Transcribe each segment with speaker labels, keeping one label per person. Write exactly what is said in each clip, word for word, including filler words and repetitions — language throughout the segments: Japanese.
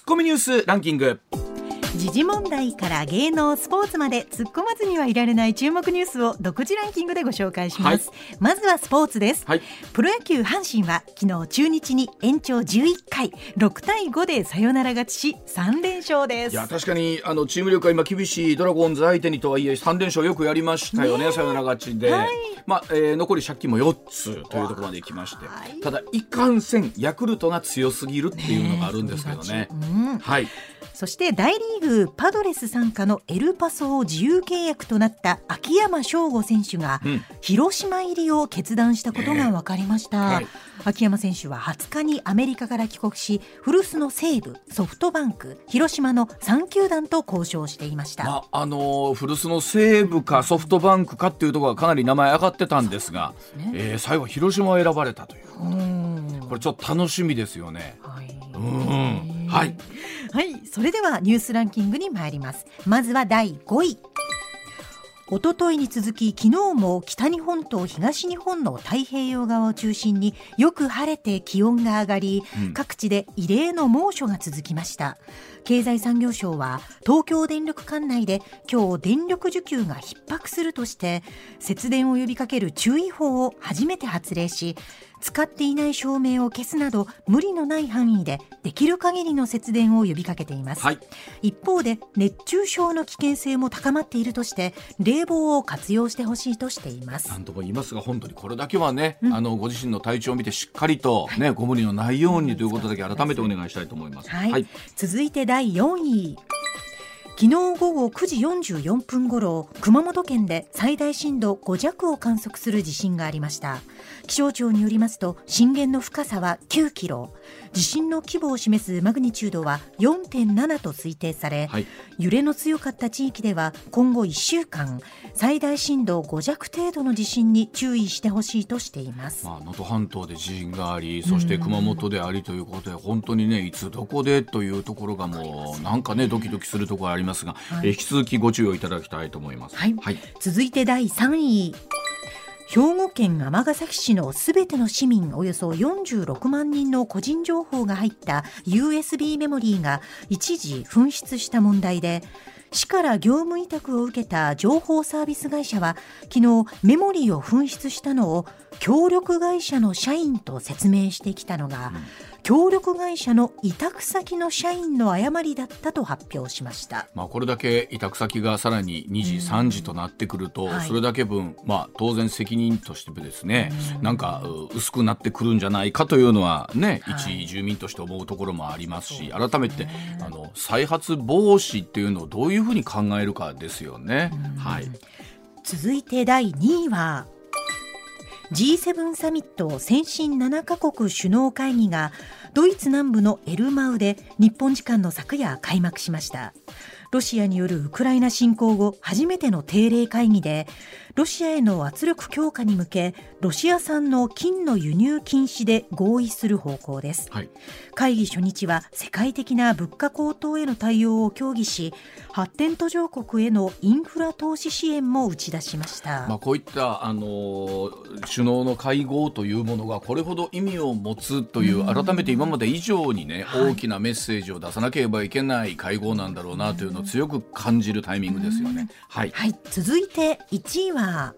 Speaker 1: コミニュースランキング。
Speaker 2: 時事問題から芸能スポーツまで突っ込まずにはいられない注目ニュースを独自ランキングでご紹介します、はい、まずはスポーツです、はい、プロ野球阪神は昨日中日に延長じゅういっかいろくたいごでサヨナラ勝ちしさんれんしょうです。
Speaker 1: いや確かにあのチーム力が今厳しいドラゴンズ相手にとはいえさんれんしょうよくやりましたよ ね, ねサヨナラ勝ちで、はい、まあえー、残り借金もよっつというところまでいきまして、はい、ただいかんせんヤクルトが強すぎるっていうのがあるんですけど ね, ね、うん、はい。
Speaker 2: そして大リーグパドレス傘下のエルパソを自由契約となった秋山翔吾選手が、うん、広島入りを決断したことが分かりました、えーはい、秋山選手ははつかにアメリカから帰国し古巣の西武、ソフトバンク、広島のさんきゅうだんと交渉していました、
Speaker 1: まああのー、古巣の西武かソフトバンクかっていうところがかなり名前上がってたんですが、ねえー、最後広島を選ばれたという、うんこれちょっと楽しみですよね、はい、うんはい
Speaker 2: はい、それではニュースランキングに参ります。まずはだいごい。おとといに続き昨日も北日本と東日本の太平洋側を中心によく晴れて気温が上がり、うん、各地で異例の猛暑が続きました。経済産業省は東京電力管内で今日電力需給が逼迫するとして節電を呼びかける注意報を初めて発令し、使っていない照明を消すなど無理のない範囲でできる限りの節電を呼びかけています、はい、一方で熱中症の危険性も高まっているとして冷房を活用してほしいとしています。
Speaker 1: なんとも言いますが本当にこれだけはね、うん、あのご自身の体調を見てしっかりと、ねはい、ご無理のないようにということだけ改めてお願いしたいと思います、
Speaker 2: はいはい、続いてだいよんい。昨日午後くじよんじゅうよんぷん頃、熊本県で最大震度ご弱を観測する地震がありました。気象庁によりますと震源の深さはきゅうキロ、地震の規模を示すマグニチュードは よんてんなな と推定され、はい、揺れの強かった地域では今後いっしゅうかん最大震度ご弱程度の地震に注意してほしいとしています。
Speaker 1: まあ、能登半島で地震があり、そして熊本でありということで本当にねいつどこでというところがもうなんかねドキドキするところありますが、はい、え引き続きご注意をいただきたいと思います、
Speaker 2: はいはい、続いてだいさんい。兵庫県尼崎市のすべての市民およそよんじゅうろくまんにんの個人情報が入った ユーエスビー メモリーが一時紛失した問題で、市から業務委託を受けた情報サービス会社は昨日メモリーを紛失したのを協力会社の社員と説明してきたのが、うん、協力会社の委託先の社員の誤りだったと発表しました。
Speaker 1: まあ、これだけ委託先がさらににじさんじとなってくると、はい、それだけ分、まあ、当然責任としてですね、なんか薄くなってくるんじゃないかというのはね、はい、一住民として思うところもありますし、改めてあの再発防止っていうのをどういうふうに考えるかですよね、はい、
Speaker 2: 続いてだいにいはジーセブン サミット先進ななカ国首脳会議がドイツ南部のエルマウで日本時間の昨夜開幕しました。ロシアによるウクライナ侵攻後初めての定例会議で、ロシアへの圧力強化に向けロシア産の金の輸入禁止で合意する方向です、はい、会議初日は世界的な物価高騰への対応を協議し、発展途上国へのインフラ投資支援も打ち出しました。
Speaker 1: まあ、こういった、あのー、首脳の会合というものがこれほど意味を持つという、改めて今まで以上にね、大きなメッセージを出さなければいけない会合なんだろうなというのを強く感じるタイミングですよね、はい
Speaker 2: はい、続いていちいは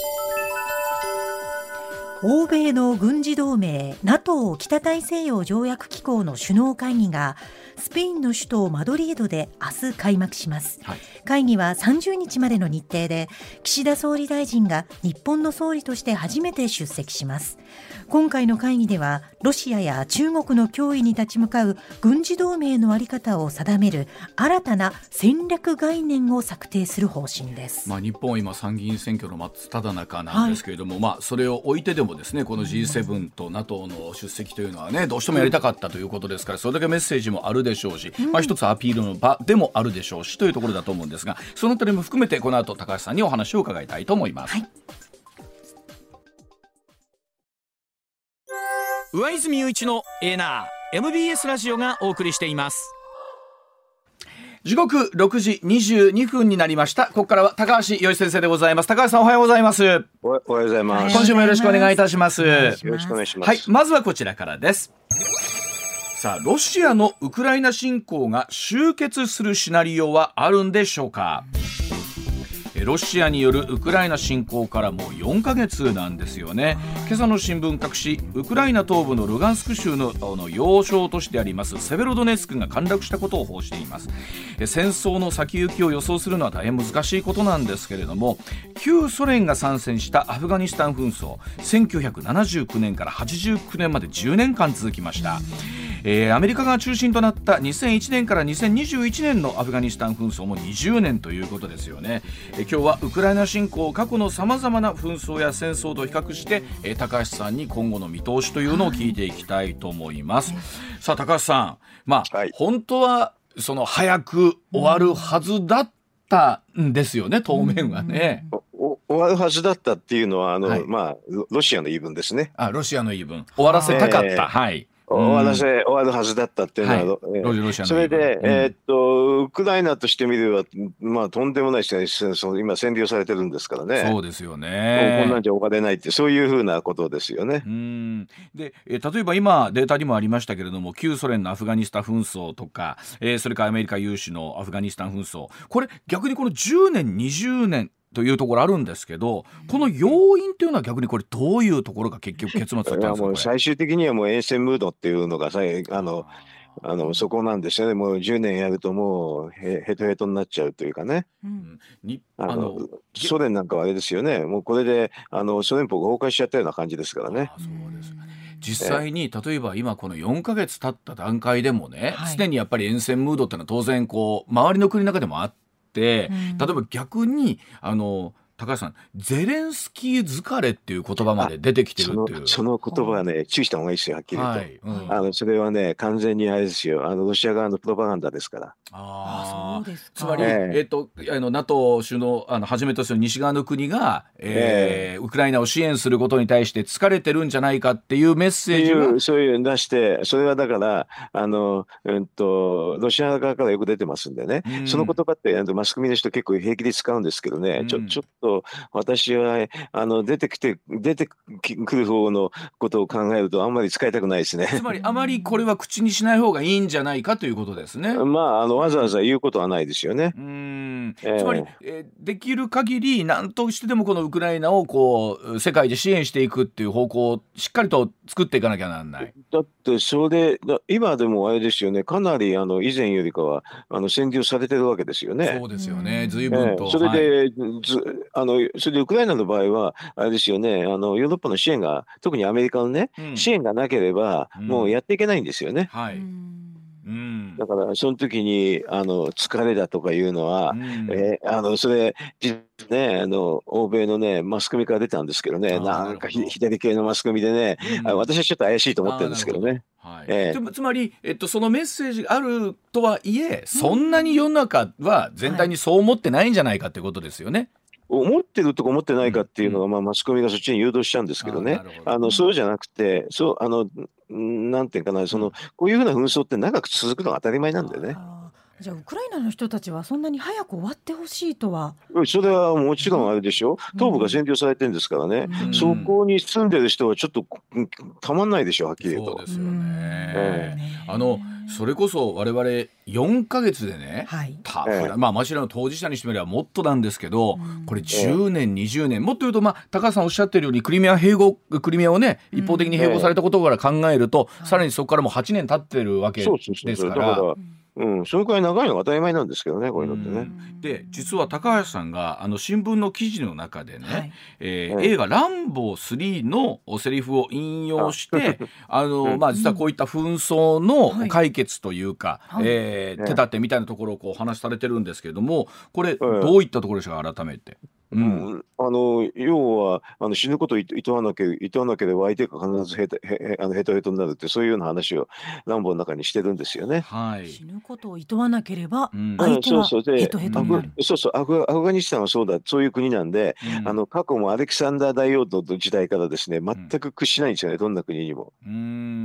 Speaker 2: 欧米の軍事同盟 ナトー 北大西洋条約機構の首脳会議がスペインの首都マドリードで明日開幕します、はい、会議はさんじゅうにちまでの日程で、岸田総理大臣が日本の総理として初めて出席します。今回の会議ではロシアや中国の脅威に立ち向かう軍事同盟の在り方を定める新たな戦略概念を策定する方針です。
Speaker 1: まあ、日本は今参議院選挙の真っ只中なんですけれども、はい、まあ、それを置いてでもですね、この ジーセブン と ナトー の出席というのはね、どうしてもやりたかったということですから、それだけメッセージもあるでしょうし、うん、まあ、一つアピールの場でもあるでしょうしというところだと思うんですが、そのあたりも含めてこの後高橋さんにお話を伺いたいと思います、はい、
Speaker 3: 上泉雄一のエーナー エムビーエス ラジオがお送りしています。
Speaker 1: 時刻ろくじにじゅうにふんになりました。ここからは高橋洋一先生でございます。高橋さん、おはようございます。
Speaker 4: おはようございます。
Speaker 1: 今週もよろしくお願いいたします。よ
Speaker 4: ろしくお願いします。
Speaker 1: はい、まずはこちらからです。 さあ、ロシアのウクライナ侵攻が終結するシナリオはあるんでしょうか。ロシアによるウクライナ侵攻からもうよんかげつなんですよね。今朝の新聞各紙、ウクライナ東部のルガンスク州 の, の要衝都市でありますセベロドネツクが陥落したことを報じています。戦争の先行きを予想するのは大変難しいことなんですけれども、旧ソ連が参戦したアフガニスタン紛争、せんきゅうひゃくななじゅうきゅうねんからはちじゅうきゅうねんまでじゅうねんかん続きました。えー、アメリカが中心となったにせんいちねんからにせんにじゅういちねんのアフガニスタン紛争もにじゅうねんということですよね。えー、今日はウクライナ侵攻、過去のさまざまな紛争や戦争と比較して、えー、高橋さんに今後の見通しというのを聞いていきたいと思います。はい、さあ高橋さん、まあ、はい、本当はその早く終わるはずだったんですよね、当面はね。
Speaker 4: お終わるはずだったっていうのはあの、はい、まあ、ロシアの言い分ですね。
Speaker 1: あ、ロシアの言い分、終わらせたかった、えー、はい、
Speaker 4: 終わらせ、終わるはずだったっていうのは、はい、えー、それで、うん、えー、っとウクライナとしてみれば、まあ、とんでもないですね。その今占領されてるんですからね。
Speaker 1: そうですよね。
Speaker 4: こんなんじゃおかれないって、そういうふうなことですよね。
Speaker 1: うん、で、えー、例えば今データにもありましたけれども、旧ソ連のアフガニスタン紛争とか、えー、それからアメリカ有志のアフガニスタン紛争、これ逆にこのじゅうねんにじゅうねんというところあるんですけど、この要因というのは逆にこれどういうところが結局結末だったんですか。
Speaker 4: もう最終的にはもう厭戦ムードっていうのがさ、あのあのそこなんですよね。もうじゅうねんやるともうヘヘトヘトになっちゃうというかね、うん、にあのあのソ連なんかはあれですよね。もうこれであのソ連邦が崩壊しちゃったような感じですからね。
Speaker 1: あ、そうですかね。実際に例えば今このよんかげつ経った段階でもね、すで、はい、にやっぱり厭戦ムードってのは当然こう周りの国の中でもあって、うん、例えば逆にあの高橋さん、ゼレンスキー疲れっていう言葉まで出てきてるっていう。
Speaker 4: その、その言葉はね、注意した方がいいですよ、はっきり言うと。はい、うん、あのそれはね、完全にあれですよ、あのロシア側のプロパガンダですから。
Speaker 1: ああ、そうですか。つまり、えーえー、とあの NATO 首脳あのはじめとする西側の国が、えーえー、ウクライナを支援することに対して疲れてるんじゃないかっていうメッセージが
Speaker 4: そういうの出して、それはだからあの、うんと、ロシア側からよく出てますんでね、うん、その言葉ってマスコミの人結構平気で使うんですけどね、うん、ちょちょっと私はあの出てきて出てくる方のことを考えるとあんまり使いたくないですね。
Speaker 1: つまりあまりこれは口にしない方がいいんじゃないかということですね。
Speaker 4: まあ、あのわざわざ言うことはないですよね。
Speaker 1: うーん、えー、つまり、えー、できる限り何としてでもこのウクライナをこう世界で支援していくっていう方向をしっかりと作っていかなきゃならない。
Speaker 4: だってそれだ今でもあれですよね、かなりあの以前よりかはあの占領されてるわけですよね。
Speaker 1: そうですよね、随分と、
Speaker 4: えー、それで、はい、ずあのそれでウクライナの場合はあれですよね、あのヨーロッパの支援が特にアメリカのね、うん、支援がなければもうやっていけないんですよね。
Speaker 1: うん、はい、うん、
Speaker 4: だからその時にあの疲れだとかいうのは、うん、えー、あのそれね、あの欧米のねマスコミから出たんですけどね、なんか左系のマスコミでね、うん、私はちょっと怪しいと思ってるんですけどね。
Speaker 1: はい、えー、つまり、えっと、そのメッセージがあるとはいえ、そんなに世の中は全体にそう思ってないんじゃないかってことですよね。はい、
Speaker 4: 思ってるとか思ってないかっていうのが、うん、まあ、マスコミがそっちに誘導しちゃうんですけどね。ああのそうじゃなくて、そうあのなんていうかな、そのこういうふうな紛争って長く続くのが当たり前なんでね。
Speaker 2: じゃあウクライナの人たちはそんなに早く終わってほしいとは。
Speaker 4: それはもちろんあれでしょ、うん、東部が占領されてるんですからね、うん、そこに住んでる人はちょっとたまんないでしょ、はっきり言うと。
Speaker 1: そうですよね、えー、あのそれこそ我々よんかげつでね、はい、タフな、えー、まあもちろん当事者にしてみればもっとなんですけど、うん、これじゅうねんにじゅうねん、もっと言うと、まあ、高橋さんおっしゃってるようにクリミア併合クリミアをね一方的に併合されたことから考えると、うん、さらにそこからもうはちねん経ってるわけですから。
Speaker 4: うん、そのくらい長いのが当たり前なんですけどね、こういうのってね。
Speaker 1: で実は高橋さんがあの新聞の記事の中でね、はい、えーうん、映画ランボースリーのセリフを引用してあの、うん、まあ、実はこういった紛争の解決というか、はい、えー、手立てみたいなところをこう話されてるんですけれども、これどういったところでしょうか、改めて。
Speaker 4: うん、あの要はあの死ぬことをいとわなけいとわなければ相手が必ずヘトヘあのヘトヘトになるって、そういうような話をランボーの中にしてるんですよね。
Speaker 2: はい、死ぬことをいとわなければ相手がヘトヘトになる。
Speaker 4: そうそう、アフ、アフガニスタンはそうだ、そういう国なんで、うん、あの過去もアレキサンダー大王の時代からですね全く屈しないんですよね、どんな国にも。
Speaker 1: うーん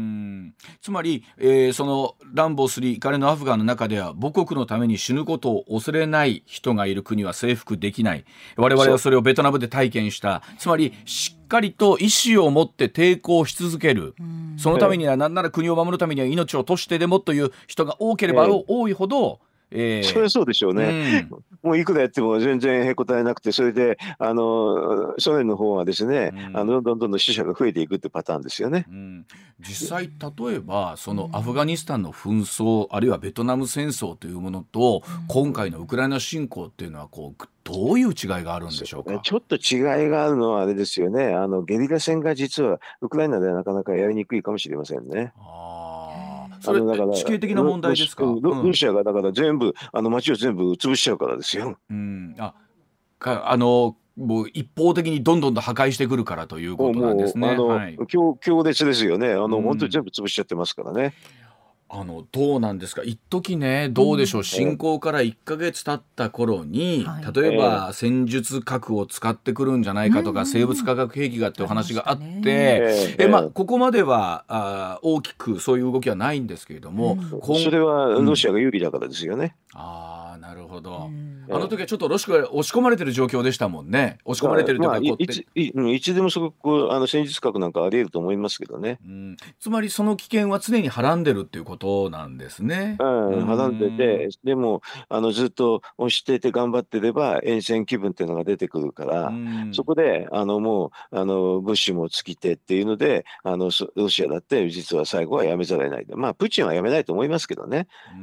Speaker 1: ん、つまり、えー、そのランボースリー彼のアフガンの中では母国のために死ぬことを恐れない人がいる国は征服できない。我々はそれをベトナムで体験した。つまりしっかりと意思を持って抵抗し続ける。そのためには何なら国を守るためには命を賭してでもという人が多ければ多いほど、えー、
Speaker 4: それはそうでしょうね、うん、もういくらやっても全然へこたれなくて、それであのソ連の方はですね、うん、あのどんどんどんどん死者が増えていくってパターンですよね、うん、
Speaker 1: 実際例えばそのアフガニスタンの紛争、あるいはベトナム戦争というものと、うん、今回のウクライナ侵攻っていうのはこうどういう違いがあるんでしょうか。
Speaker 4: ちょっと違いがあるのはあれですよね、あのゲリラ戦が実はウクライナではなかなかやりにくいかもしれませんね。
Speaker 1: あそれ地形的な問題ですか。
Speaker 4: ロ, ロ, ロシアがだから全部あの街を全部潰しちゃうからですよ。
Speaker 1: うん、あかあのもう一方的にどんどんと破壊してくるからということなんですね。
Speaker 4: もうあの、
Speaker 1: はい、
Speaker 4: 強, 強烈ですよね。あの、うん、本当に全部潰しちゃってますからね。
Speaker 1: あのどうなんですか。一時ね、どうでしょう、うん、侵攻からいっかげつ経った頃に、はい、例えば戦術核を使ってくるんじゃないかとか、うん、生物化学兵器がっていう話があって、ええまあ、ここまではあ大きくそういう動きはないんですけれども、
Speaker 4: うん、それはロシアが有利だからですよね、
Speaker 1: うん、ああなるほど、うん、あの時はちょっとロシアが押し込まれてる状況でしたもんね。押し込まれてるというか、まあ、
Speaker 4: い, つ い, いつでもそこあの戦術核なんかあり得ると思いますけどね、
Speaker 1: うん、つまりその危険は常にはらんでるっていうことなんですね。
Speaker 4: うん、はらんでて、でもあのずっと押してて頑張ってれば厭戦気分っていうのが出てくるから、うん、そこであのもうあの物資も尽きてっていうので、あのロシアだって実は最後はやめざるを得ない。まあプーチンはやめないと思いますけどね。うん、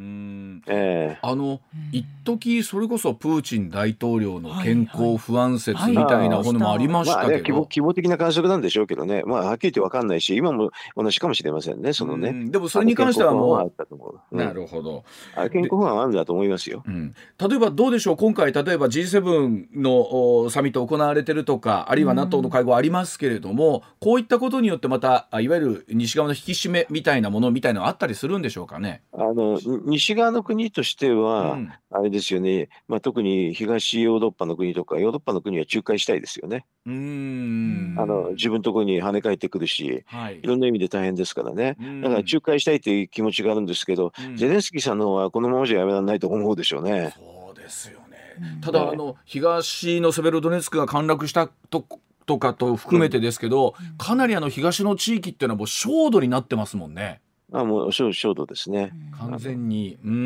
Speaker 4: えー、
Speaker 1: あの一時それこそプーチン大統領の健康不安説みたいなものもありましたけど、
Speaker 4: まあね、規模、規模的な観測なんでしょうけどね、まあはっきり言って分かんないし、今も同じかもしれませんね、そのね。
Speaker 1: でもそれに関してはもう、
Speaker 4: うん、
Speaker 1: なるほど、
Speaker 4: あ健康不安はあるんだと思いますよ、
Speaker 1: うん、例えばどうでしょう。今回例えば ジーセブン のサミット行われてるとか、あるいは ナトー の会合ありますけれども、こういったことによってまたいわゆる西側の引き締めみたいなものみたいなのあったりするんでしょうかね。
Speaker 4: あの西側の国としては、うん、あれですよね、まあ、特に東ヨーロッパの国とかヨーロッパの国は仲介したいですよね。うーんあの自分のところに跳ね返ってくるし、はい、いろんな意味で大変ですからね。だから仲介したいという気持ちがあるんですけど、うん、ゼレンスキーさんの方はこのままじゃやめられないと思うでしょうね。
Speaker 1: そうですよね。ただ、ね、あの東のセベロドネツクが陥落したととかと含めてですけど、うん、かなりあの東の地域っていうのはもう焦土になってますもんね。
Speaker 4: あもう焦土ですね。
Speaker 1: 完全に。
Speaker 4: うん。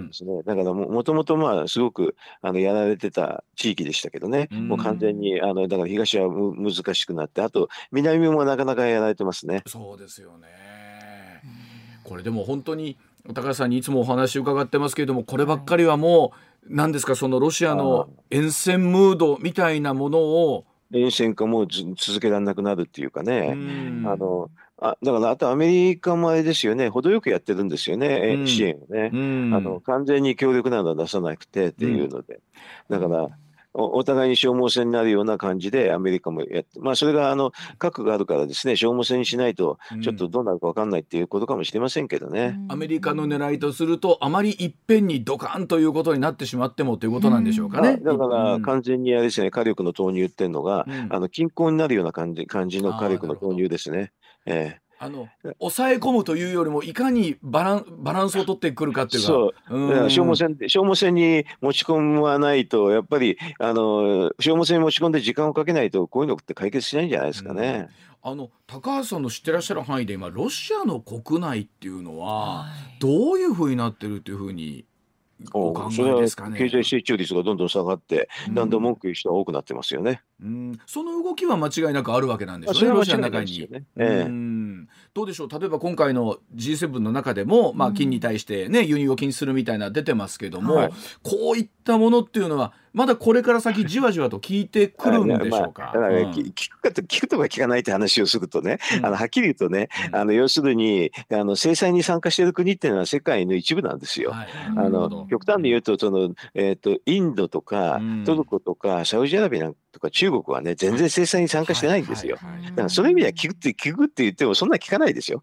Speaker 4: ですね。だからも、もともとまあすごくあのやられてた地域でしたけどね。もう完全にあのだから東はむ難しくなって、あと南もなかなかやられてますね。
Speaker 1: そうですよね。これでも本当に高橋さんにいつもお話伺ってますけれども、こればっかりはもう何ですか、そのロシアの厭戦ムードみたいなものを
Speaker 4: 厭戦化も続けられなくなるっていうかね。あのあだからあとアメリカもあれですよね、程よくやってるんですよね、うん、支援をね、うん、あの完全に強力なのは出さなくてっていうので、うん、だからお, お互いに消耗戦になるような感じでアメリカもやって、まあそれがあの核があるからですね、消耗戦にしないとちょっとどうなるか分かんないっていうことかもしれませんけどね、
Speaker 1: うん、アメリカの狙いとするとあまりいっぺんにドカンということになってしまってもということなんでしょうかね、
Speaker 4: うん、だから完全にあれですね、火力の投入っていうのが、うん、あの均衡になるような感じ、感じの火力の投入ですね。ええ
Speaker 1: あの抑え込むというよりもいかにバラン、バランスを取ってくるかっていうか、
Speaker 4: そう、うん、消耗戦消耗戦に持ち込まないとやっぱりあの消耗戦に持ち込んで時間をかけないとこういうのって解決しないんじゃないですかね、
Speaker 1: うん、あの高橋さんの知ってらっしゃる範囲で今ロシアの国内っていうのはどういうふうになってるっていうふうにお考えですかね。
Speaker 4: 経済成長率がどんどん下がって、うん、だんだん文句言う人が多くなってますよね。
Speaker 1: うん、その動きは間違いなくあるわけなんですよね、ロシアの中に。ねええ、うんどうでしょう、例えば今回の ジーセブン の中でも、まあ、金に対して、ね、輸入を禁止するみたいな出てますけども、はい、こういったものっていうのはまだこれから先じわじわと効いてくるんでしょうか。
Speaker 4: まあ、だから、うん、聞くかと聞くとか聞かないって話をするとね、うん、あのはっきり言うとね、うん、あの要するにあの制裁に参加している国っていうのは世界の一部なんですよ。はい、あの極端に言うとその、えー、とインドとか、うん、トルコとかサウジアラビアとか中国はね全然制裁に参加してないんですよ。だからその意味では聞くって聞くって言ってもそんな聞かないですよ。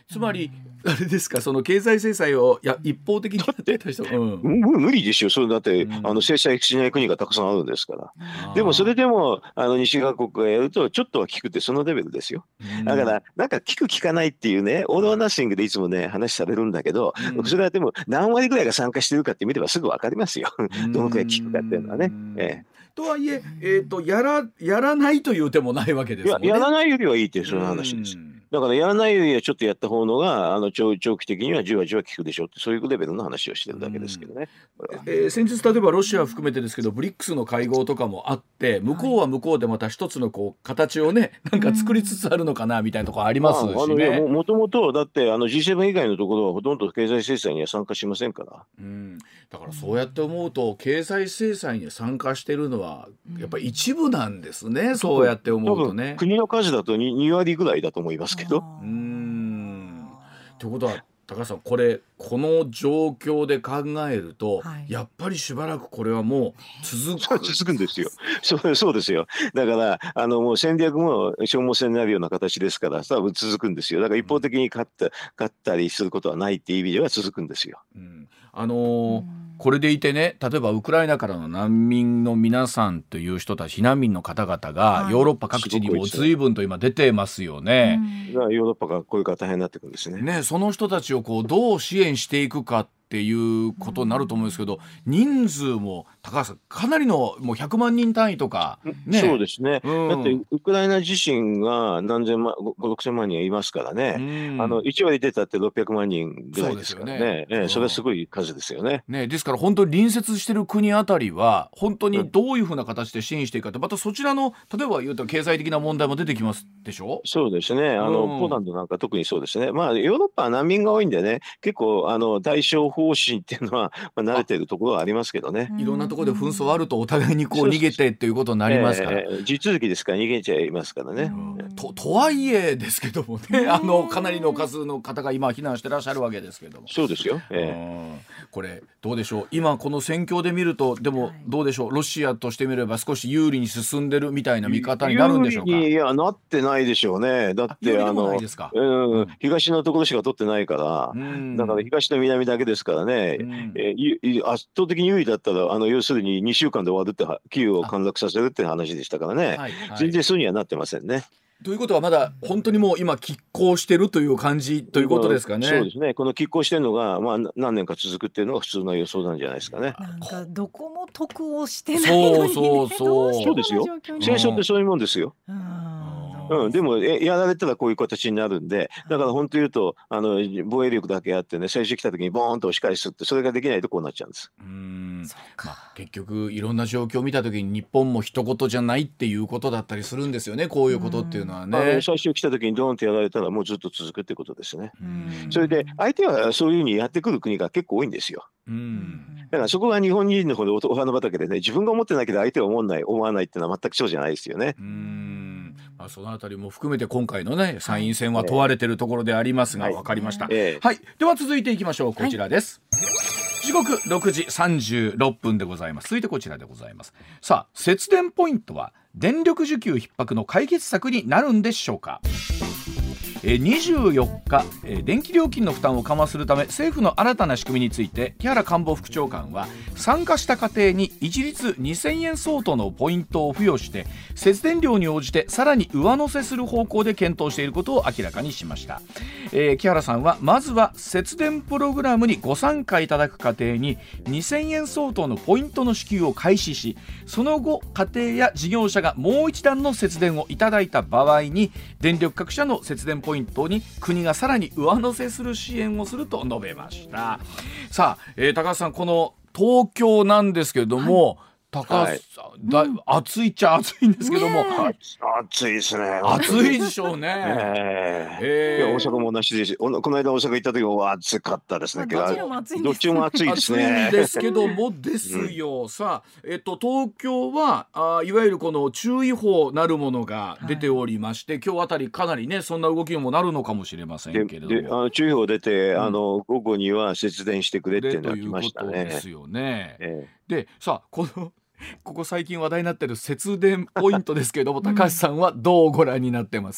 Speaker 1: つまりあれですか、その経済制裁をや一方的にやってた人、うん、
Speaker 4: 無無理ですよ。それだって、
Speaker 1: うん、
Speaker 4: あの制裁しない国がたくさんあるんですから。でもそれでもあの西側国がやるとちょっとは効くってそのレベルですよ。だからなんか効く効かないっていうね、オール・オア・ナッシングでいつもね話されるんだけど、うん、それはでも何割ぐらいが参加してるかって見ればすぐ分かりますよ。どのくらい効くかっていうのはね。ええ、
Speaker 1: とはいえ、えーと、やら、やらないという手もないわけですもんね。
Speaker 4: いや、やらないよりはいいっていうその話です。だからやらないよりはちょっとやった方のがあの 長, 長期的にはじわじわ効くでしょって、そういうレベルの話をしてるだけですけどね。
Speaker 1: えー、先日例えばロシアを含めてですけどブリックスの会合とかもあって、向こうは向こうでまた一つのこう形をねなんか作りつつあるのかなみたいなところありますしね。
Speaker 4: まあ、あのもともとだってあの ジーセブン 以外のところはほとんど経済制裁には参加しませんから、
Speaker 1: うん、だからそうやって思うと経済制裁に参加してるのはやっぱり一部なんですね、うん、そうやって思うとね。
Speaker 4: 国の数だと 2, に割ぐらいだと思いますけど。
Speaker 1: うーんということは高橋さん、これこの状況で考えると、はい、やっぱりしばらくこれはもう続く
Speaker 4: 続くんですよ。そうそうですよ。だからあのもう戦略も消耗戦になるような形ですから多分続くんですよ。だから一方的に勝った、うん、勝ったりすることはないっていう意味では続くんですよ。
Speaker 1: うん、あのーうんこれでいてね、例えばウクライナからの難民の皆さんという人たち、避難民の方々がヨーロッパ各地にも随分と今出てますよね。
Speaker 4: だからヨーロッパがこういう方大変になってくるんですね。
Speaker 1: ね、その人たちをこうどう支援していくかっていうことになると思うんですけど、人数も高橋さんかなりのもうひゃくまんにん単位とか、ね、
Speaker 4: そうですね、うん、だってウクライナ自身が何千万ご、ろくせんまんにんいますからね、うん、あのいち割出たってろっぴゃくまんにんぐらいですからね。そうですよね、ええ、それはすごい数ですよね。
Speaker 1: ね、ですから本当に隣接してる国あたりは本当にどういうふうな形で支援していくかって、またそちらの例えば言うと経済的な問題も出てきますでしょ。
Speaker 4: そうですね、あの、うん、ポーランドなんか特にそうですね。まあヨーロッパは難民が多いんでね、結構あの対処方針っていうのは、まあ、慣れているところはありますけどね。
Speaker 1: いろんなところで紛争あるとお互いにこう逃げてっていうことになりますから、
Speaker 4: えー、地続きですから逃げちゃいますからね。
Speaker 1: と, とはいえですけどもね、あのかなりの数の方が今避難してらっしゃるわけですけども。
Speaker 4: そうですよ、え
Speaker 1: ー、これどうでしょう、今この戦況で見ると、でもどうでしょう、ロシアとしてみれば少し有利に進んでるみたいな見方になるんでしょうか。
Speaker 4: 有利にいやなってないでしょうね。だってあの、うん、東のところしか取ってないから、うん、だから東と南だけですからね、うん、えー、圧倒的に有利だったらあの要するににしゅうかんで終わるってキーウを陥落させるって話でしたからね、はいはい、全然そうにはなってませんね。
Speaker 1: ということはまだ本当にもう今拮抗してるという感じということですかね。
Speaker 4: そうですね、この拮抗してるのが、まあ、何年か続くっていうのが普通の予想なんじゃないですかね。
Speaker 2: なんかどこも得をしてないのに、ね、
Speaker 1: そうそうそう
Speaker 4: そうですよ、戦争ってそういうもんですよ。うん、でもやられたらこういう形になるんで、だから本当言うとあの防衛力だけあってね、最初来た時にボーンと押し返すって、それができないとこうなっちゃうんです。
Speaker 1: うーん、まあ、結局いろんな状況を見た時に日本も一言じゃないっていうことだったりするんですよね、こういうことっていうのはね。
Speaker 4: あの最初来た時にドーンとやられたらもうずっと続くってことですね。それで相手はそういうふうにやってくる国が結構多いんですよ。うん、だからそこが日本人の方でお花畑でね、自分が思ってないけど相手は思わない思わないっていうのは全くそうじゃないですよね。
Speaker 1: うーん、まあ、そのあたりも含めて今回のね参院選は問われているところでありますが、はい、分かりました、えーはい、では続いていきましょう。こちらです、はい、時刻ろくじさんじゅうろっぷんでございます。続いてこちらでございます。さあ、節電ポイントは電力需給逼迫の解決策になるんでしょうか。にじゅうよっか、電気料金の負担を緩和するため政府の新たな仕組みについて木原官房副長官は、参加した家庭に一律にせんえん相当のポイントを付与して節電量に応じてさらに上乗せする方向で検討していることを明らかにしました。えー、木原さんはまずは節電プログラムにご参加いただく家庭ににせんえん相当のポイントの支給を開始し、その後家庭や事業者がもう一段の節電をいただいた場合に電力各社の節電ポイントに国がさらに上乗せする支援をすると述べました。さあ、えー、高橋さん、この東京なんですけれども、はい、高橋さん、はい、だ暑いっちゃ暑いんですけども、ね、
Speaker 4: 暑いですね。
Speaker 1: 暑いでしょうね。え
Speaker 4: ーえー、いや大阪も同じですし、この間大阪行った時も暑かったですね。
Speaker 2: どっちも暑いんです。
Speaker 4: どっちも暑いですね。
Speaker 1: 暑いんですけどもですよ、うん、さあ、えっと、東京はあいわゆるこの注意報なるものが出ておりまして、はい、今日あたりかなりねそんな動きにもなるのかもしれませんけれども、
Speaker 4: でであの注意報出て、うん、あの午後には節電してくれっていうのが来ましたね。
Speaker 1: ということですよね。
Speaker 4: え
Speaker 1: ー、でさあ、このここ最近話題になっている節電ポイントですけれども、高橋さんはどうご覧になってますか。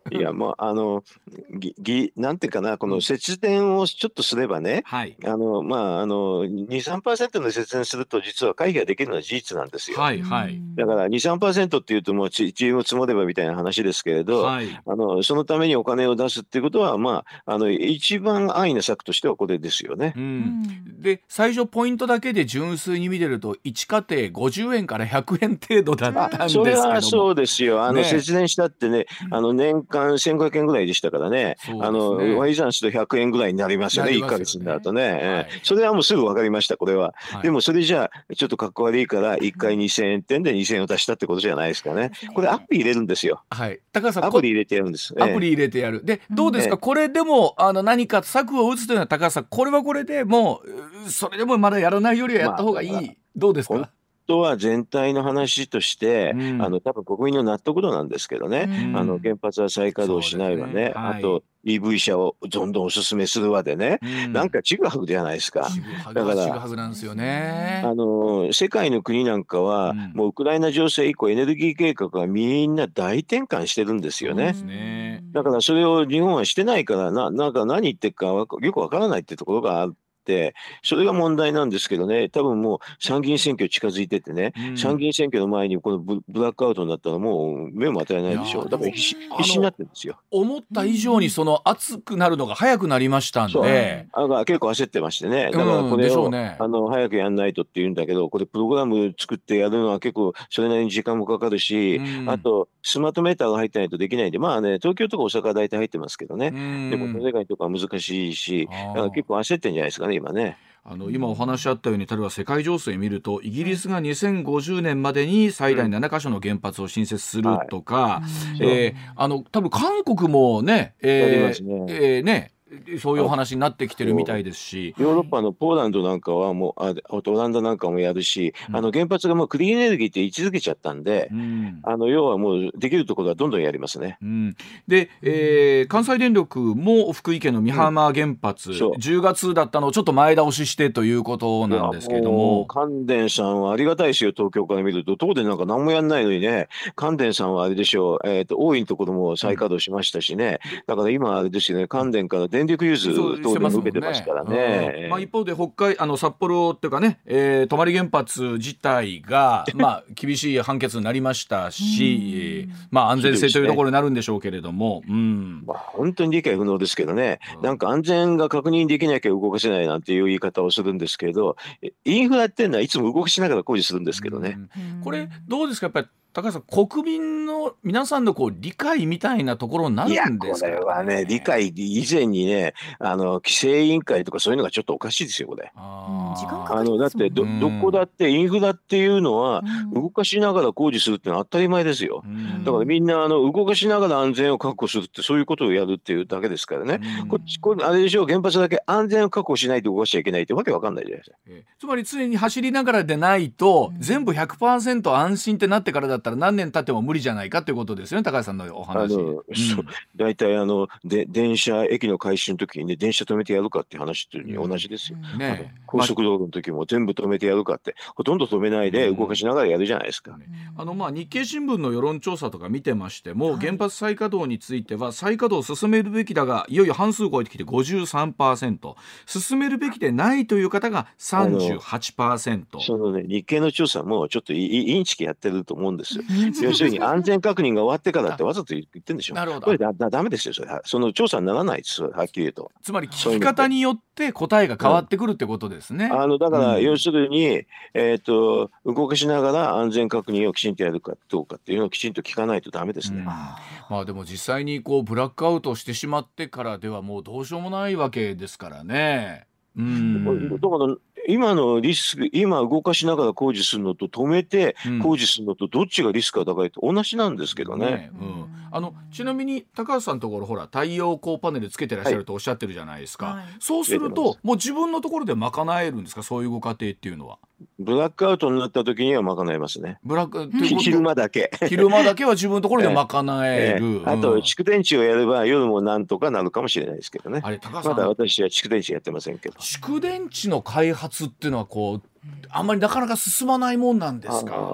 Speaker 4: いや、まあ、あの、ぎ、ぎ、なんていうかな、この節電をちょっとすればね、
Speaker 1: はい。
Speaker 4: あの、まあ、あの、に、さんパーセントの節電すると、実は回避ができるのは事実なんですよ。
Speaker 1: はい。はい。
Speaker 4: だから、に、さんパーセントっていうと、もうち、ちりも積もればみたいな話ですけれど、
Speaker 1: はい。
Speaker 4: あの、そのためにお金を出すっていうことは、まあ、あの、一番安易な策としてはこれですよね。
Speaker 1: うん、で最初ポイントだけで純粋に見てるといち家庭ごじゅうえんからひゃくえん程度だったんですけ
Speaker 4: それ
Speaker 1: ども、
Speaker 4: はそうですよ。あの、
Speaker 1: ね、
Speaker 4: 節電したってね、あの、年間せんごひゃくえんぐらいでしたからね。
Speaker 1: そう
Speaker 4: あの、
Speaker 1: ですね、
Speaker 4: 割り算するとひゃくえんぐらいになりますよね。1
Speaker 1: なりますよね。
Speaker 4: ヶ月になるとね。
Speaker 1: は
Speaker 4: ええ
Speaker 1: い。
Speaker 4: それはもうすぐ分かりました、これは。
Speaker 1: はい、
Speaker 4: でも、それじゃあ、ちょっとかっこ悪いから、いっかいにせんえんてんでにせんえんを出したってことじゃないですかね。これアプリ入れるんですよ。
Speaker 1: はい、高橋さん、
Speaker 4: アプリ入れてやるんです。
Speaker 1: アプリ入れてやる。で、どうですか、
Speaker 4: ええ、
Speaker 1: これでもあの何か策を打つというのは高橋さん、これはこれでもうそれでもまだやらないよりはやった方がいい、
Speaker 4: まあ、
Speaker 1: どうですか。
Speaker 4: 本当は全体の話として、
Speaker 1: うん、
Speaker 4: あの多分国民の納得度なんですけどね、
Speaker 1: うん、
Speaker 4: あの原発は再稼働しないわね、
Speaker 1: そうですね、はい、
Speaker 4: あと イーブイ 車をどんどんお勧めするわでね、うん、なんかちぐはぐじゃないですか。
Speaker 1: ちぐはぐはちぐはぐなんですよね。
Speaker 4: あの世界の国なんかは、うん、もうウクライナ情勢以降エネルギー計画がみんな大転換してるんですよね。
Speaker 1: そうですね。
Speaker 4: だからそれを日本はしてないからな、なんか何言ってるかよくわからないってところがある。それが問題なんですけどね、多分もう参議院選挙近づいててね、うん、参議院選挙の前にこの ブ, ブラックアウトになったらもう目も当たらないでしょう。だから必死になってるんですよ。
Speaker 1: 思った以上にその熱くなるのが早くなりましたんで、
Speaker 4: あ結構焦ってましてね、だからこれを、うんね、あの早くやんないとって言うんだけど、これプログラム作ってやるのは結構それなりに時間もかかるし、うん、あとスマートメーターが入ってないとできないんで、まあね、東京とか大阪は大体入ってますけどね、うん、でもそれ以外とかは難しいし、だから結構焦ってんじゃないですかね今ね。
Speaker 1: あの今お話あったように、例えば世界情勢を見るとイギリスがにせんごじゅうねんまでに最大ななカ所の原発を新設するとか、はいえー、あの多分韓国もね、えーねえー、ねそういうお話になってきてるみたいですし、
Speaker 4: ヨーロッパのポーランドなんかはもうあオランダなんかもやるし、うん、あの原発がもうクリーンエネルギーって位置づけちゃったんで、うん、あの要はもうできるところはどんどんやりますね。
Speaker 1: うん、で、えー、関西電力も福井県の美浜原発、うん、じゅうがつだったのをちょっと前倒ししてということなんですけども、
Speaker 4: 関電さんはありがたいですよ。東京から見ると東電なんか何もやんないのにね、関電さんはあれでしょう、えーと、大井のところも再稼働しましたしね、うん、だから今あれですよね、関電から電力融通等で受けてますからね。
Speaker 1: うんまあ、一方で北海あの札幌っていうかね、えー、泊原発自体が、まあ、厳しい判決になりましたし、まあ、安全性というところになるんでしょうけれども、うん
Speaker 4: まあ、本当に理解不能ですけどね、うん、なんか安全が確認できなきゃ動かせないなんていう言い方をするんですけど、インフラっていうのはいつも動かしながら工事するんですけどね。
Speaker 1: うん、これどうですか、やっぱり高橋さん、国民の皆さんのこう理解みたいなところになるんですかね。
Speaker 4: いやこれはね、理解以前にね、あの規制委員会とかそういうのがちょっとおかしいですよこれ。
Speaker 2: あ時間か
Speaker 4: かあのだってどどこだってインフラっていうのは動かしながら工事するってのは当たり前ですよ。だからみんなあの動かしながら安全を確保するってそういうことをやるっていうだけですからね。こっちこあれでしょう、原発だけ安全を確保しないと動かしちゃいけないってわけわかんないじゃないですか。
Speaker 1: えー、つまり常に走りながらでないと、うん、全部 ひゃくパーセント 安心ってなってからだったら何年経っても無理じゃないかということですよね、高橋さんのお話。あの、うん、
Speaker 4: 大体あので電車駅の改修の時に、ね、電車止めてやるかっていう話というに同じですよ、うんね、高速道路の時も全部止めてやるかって、ほとんど止めないで動かしながらやるじゃないですか、うん
Speaker 1: あのまあ、日経新聞の世論調査とか見てましても、はい、原発再稼働については再稼働を進めるべきだがいよいよ半数超えてきて ごじゅうさんパーセント、 進めるべきでないという方が さんじゅうはちパーセント。
Speaker 4: その、ね、日経の調査もちょっとインチキやってると思うんですよ要するに安全確認が終わってからってわざと言ってるんでしょ。
Speaker 1: なるほど。
Speaker 4: これだだダメですよそれ。その調査にならないですはっきり言うと。
Speaker 1: つまり聞き方によって答えが変わってくるってことですね、
Speaker 4: うん、あのだから要するに、うんえー、と動かしながら安全確認をきちんとやるかどうかっていうのをきちんと聞かないとダメですね、うん
Speaker 1: まあ、でも実際にこうブラックアウトしてしまってからではもうどうしようもないわけですからね。うん
Speaker 4: だから今のリスク、今動かしながら工事するのと止めて工事するのとどっちがリスクが高いと同じなんですけどね、ね
Speaker 1: うん、あのちなみに高橋さんのところほら太陽光パネルつけてらっしゃるとおっしゃってるじゃないですか、はい、そうするともう自分のところで賄えるんですか、そういうご家庭っていうのは。
Speaker 4: ブラックアウトになった時には賄えますね。
Speaker 1: ブラック
Speaker 4: 昼間だけ
Speaker 1: 昼間だけは自分のところで賄える、
Speaker 4: ええええ、あと蓄電池をやれば夜もなんとかなるかもしれないですけどね。あれ高橋さんまだ私は蓄電池やってませんけど。
Speaker 1: 蓄電池の開発っていうのはこうあんまりなかなか進まないもんなんですか。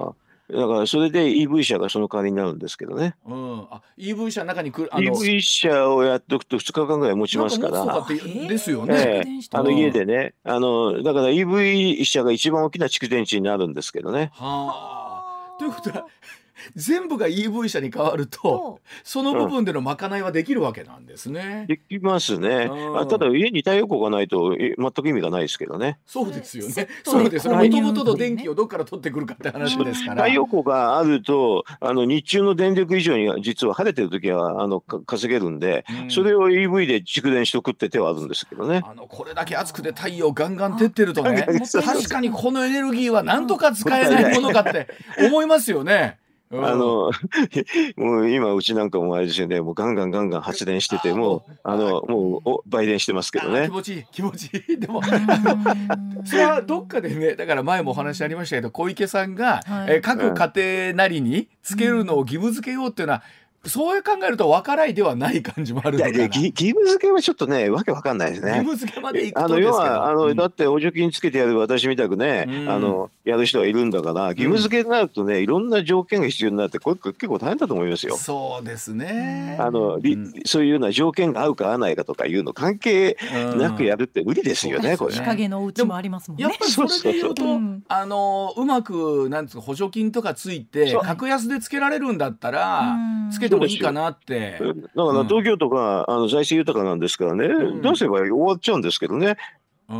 Speaker 4: だからそれで イーブイ 車がその代わりになるんですけどね、
Speaker 1: うん、あ イーブイ 車の中に来るあの
Speaker 4: イーブイ 車をやっておくとふつかかんぐらい持ちますから、
Speaker 1: なんか持つとかってですよね、
Speaker 4: ええ、あの家でね、あのだから イーブイ 車が一番大きな蓄電池になるんですけどね。
Speaker 1: はあ、ということは全部が イーブイ 車に変わるとその部分での賄いはできるわけなんですね、
Speaker 4: できますね。
Speaker 1: うん
Speaker 4: あただ家に太陽光がないとえ全く意味がないですけどね。
Speaker 1: そうですよね。
Speaker 2: そ
Speaker 1: そううです。も
Speaker 2: 購入
Speaker 1: ともとの電気をどっから取ってくるかって話ですから。
Speaker 4: 太陽光があるとあの日中の電力以上に実は晴れてる時はあのか稼げるんで、
Speaker 1: うん
Speaker 4: それを イーブイ で蓄電しとくって手はあるんですけどね。
Speaker 1: あのこれだけ暑くて太陽ガンガン照ってるとね、
Speaker 4: あそう
Speaker 1: 確かにこのエネルギーはなんとか使えないものかって思いますよね。うん、
Speaker 4: あのもう今うちなんかもあれですよね、もうガンガンガンガン発電しててもうあのもうお売電してますけどね。
Speaker 1: 気持ちいい気持ちいい。でもそれはどっかでね、だから前もお話ありましたけど、小池さんが、はい、え各家庭なりにつけるのを義務付けようっていうのは、そう考えると分からいではない感じもあるのかな。いやいや
Speaker 4: 義務付けはちょっとねわけわかんないですね。
Speaker 1: 義務付けまでいくと
Speaker 4: あの要はあの、
Speaker 1: うん、
Speaker 4: だって補助金つけてやる私みたくね、うん、あのやる人はいるんだから義務付けになるとね、いろんな条件が必要になってこれ結構大変だと思いますよ。
Speaker 1: そうですね。
Speaker 4: あの、うん、そういうような条件が合うか合わないかとかいうの関係なくやるって無理ですよね、うん、これね。
Speaker 2: 日陰のお家もありますもんね。
Speaker 1: やっぱりそれで言うと、あのうまくなんですか補助金とかついて格安でつけられるんだったらつけてもいいかなって。だ
Speaker 4: から東京都が、うん、あの財政豊かなんですからね、うん、出せば終わっちゃうんですけどね。
Speaker 1: うん、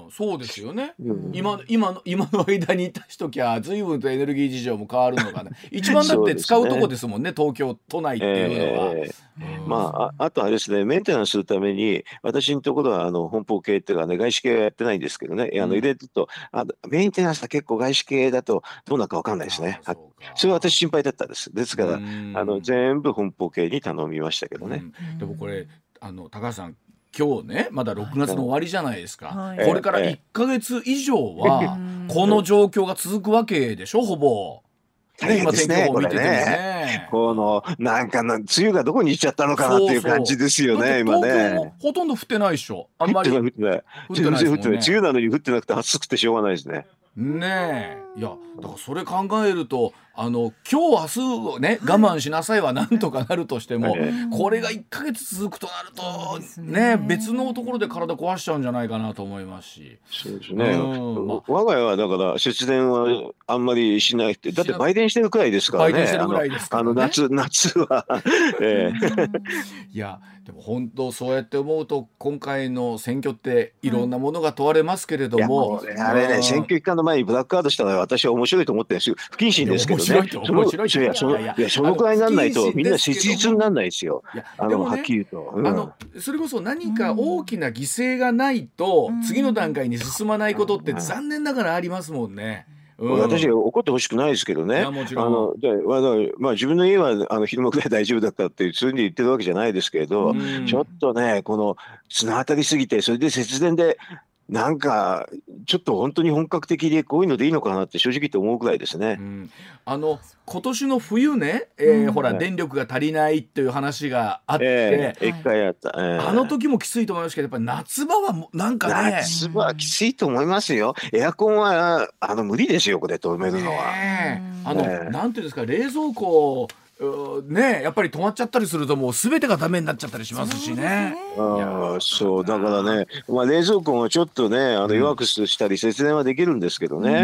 Speaker 1: そうですよね、うん、今, 今, の今の間に足しときゃ随分とエネルギー事情も変わるのかな一番だって使うとこですもんね東京都内っていうのは、え
Speaker 4: ーうん、まあ あ, あとあれですね、メンテナンスするために私のところはあの本邦系っていうかね外資系はやってないんですけどね、あの入れると、うん、あメンテナンスは結構外資系だとどうなるか分かんないですね。それは私心配だったです。ですから、うん、あの全部本邦系に頼みましたけどね、
Speaker 1: うん、でもこれあの高橋さん今日ねまだろくがつの終わりじゃないですか、はい、これからいっかげつ以上はこの状況が続くわけでしょほぼ、ね、今天気予報見ててもね、
Speaker 4: このなんかの梅雨がどこに行っちゃったのかなっていう感じですよね。今ね
Speaker 1: 東京もほとんど降ってないでしょ。あんまり
Speaker 4: 降ってない降ってない全然降ってない、梅雨なのに降ってなくて暑くてしょうがないですね。
Speaker 1: ねえ、いやだからそれ考えるとあの今日明日ね我慢しなさいはなんとかなるとしても、はい、これがいっかげつ続くとなるとね、ね別のところで体壊しちゃうんじゃないかなと思いますし。
Speaker 4: そうですね、うんまあ、我が家はだから節電はあんまりしないって、だって売電してるくらいですからね。
Speaker 1: 売電してるぐらいですからね、
Speaker 4: あの夏夏は、えー、
Speaker 1: いやでも本当そうやって思うと今回の選挙っていろんなものが問われますけれども、
Speaker 4: うん、あれね、選挙期間の前にブラックアウトしたら私は面白いと思ってるんですよ。不謹慎ですけどね。
Speaker 1: 面白い
Speaker 4: いやそのいやそのくらいにならないとみんな切実にならないですよ。あの、ね、はっきり言うと、うん、あの
Speaker 1: それこそ何か大きな犠牲がないと次の段階に進まないことって残念ながらありますもんね。うん、
Speaker 4: 私は怒ってほしくないですけどね。あので、まあ、自分の家はあの昼間くらい大丈夫だったってそういうふうに言ってるわけじゃないですけれど、うん、ちょっとねこの綱当たりすぎてそれで節電でなんかちょっと本当に本格的でこういうのでいいのかなって正直言って思うくらいですね。
Speaker 1: うん、あの今年の冬ね、えーうん、ほら、ね、電力が足りないっていう話があって、
Speaker 4: えー、一回あった、えー、
Speaker 1: あの時もきついと思いますけどやっぱり夏場はなんかね
Speaker 4: 夏場はきついと思いますよ。エアコンはあの無理ですよこれ止めるのは。
Speaker 1: ね、あの、ね、なんていうんですか冷蔵庫ね、やっぱり止まっちゃったりするともう全てがダメになっちゃったりしますしね。
Speaker 4: あそうだからね、まあ、冷蔵庫もちょっとねあの弱くしたり節電はできるんですけどね、うん、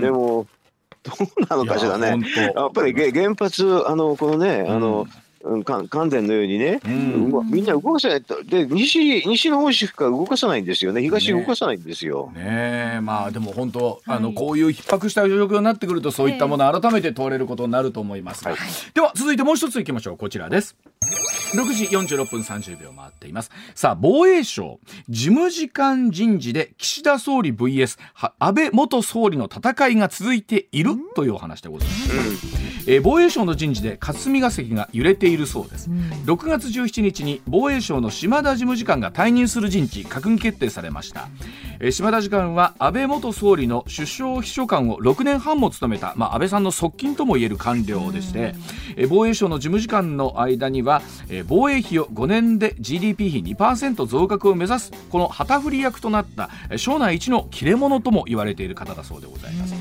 Speaker 4: でもどうなのかしらね。やっぱり原発あのこのねあの、うん関電のようにね、うん、みんな動かさないとで 西, 西の方しか動かさないんですよね。東動かさないんですよ。
Speaker 1: ねねまあでも本当あの、はい、こういう逼迫した状況になってくるとそういったものを改めて問われることになると思いますが、はい、では続いてもう一ついきましょう。こちらです。ろくじよんじゅうろっぷんさんじゅうびょう回っています。さあ防衛省事務次官人事で岸田総理 ブイエス 安倍元総理の戦いが続いているというお話でございます、うんえー、防衛省の人事で霞が関が揺れているそうです、うん、ろくがつじゅうしちにちに防衛省の島田事務次官が退任する人事閣議決定されました、えー、島田次官は安倍元総理の首相秘書官をろくねんはんも務めた、まあ、安倍さんの側近ともいえる官僚でして、うんえー、防衛省の事務次官の間には、えー、防衛費をごねんで ジーディーピー 比 にパーセント 増額を目指すこの旗振り役となった省内一の切れ者とも言われている方だそうでございます。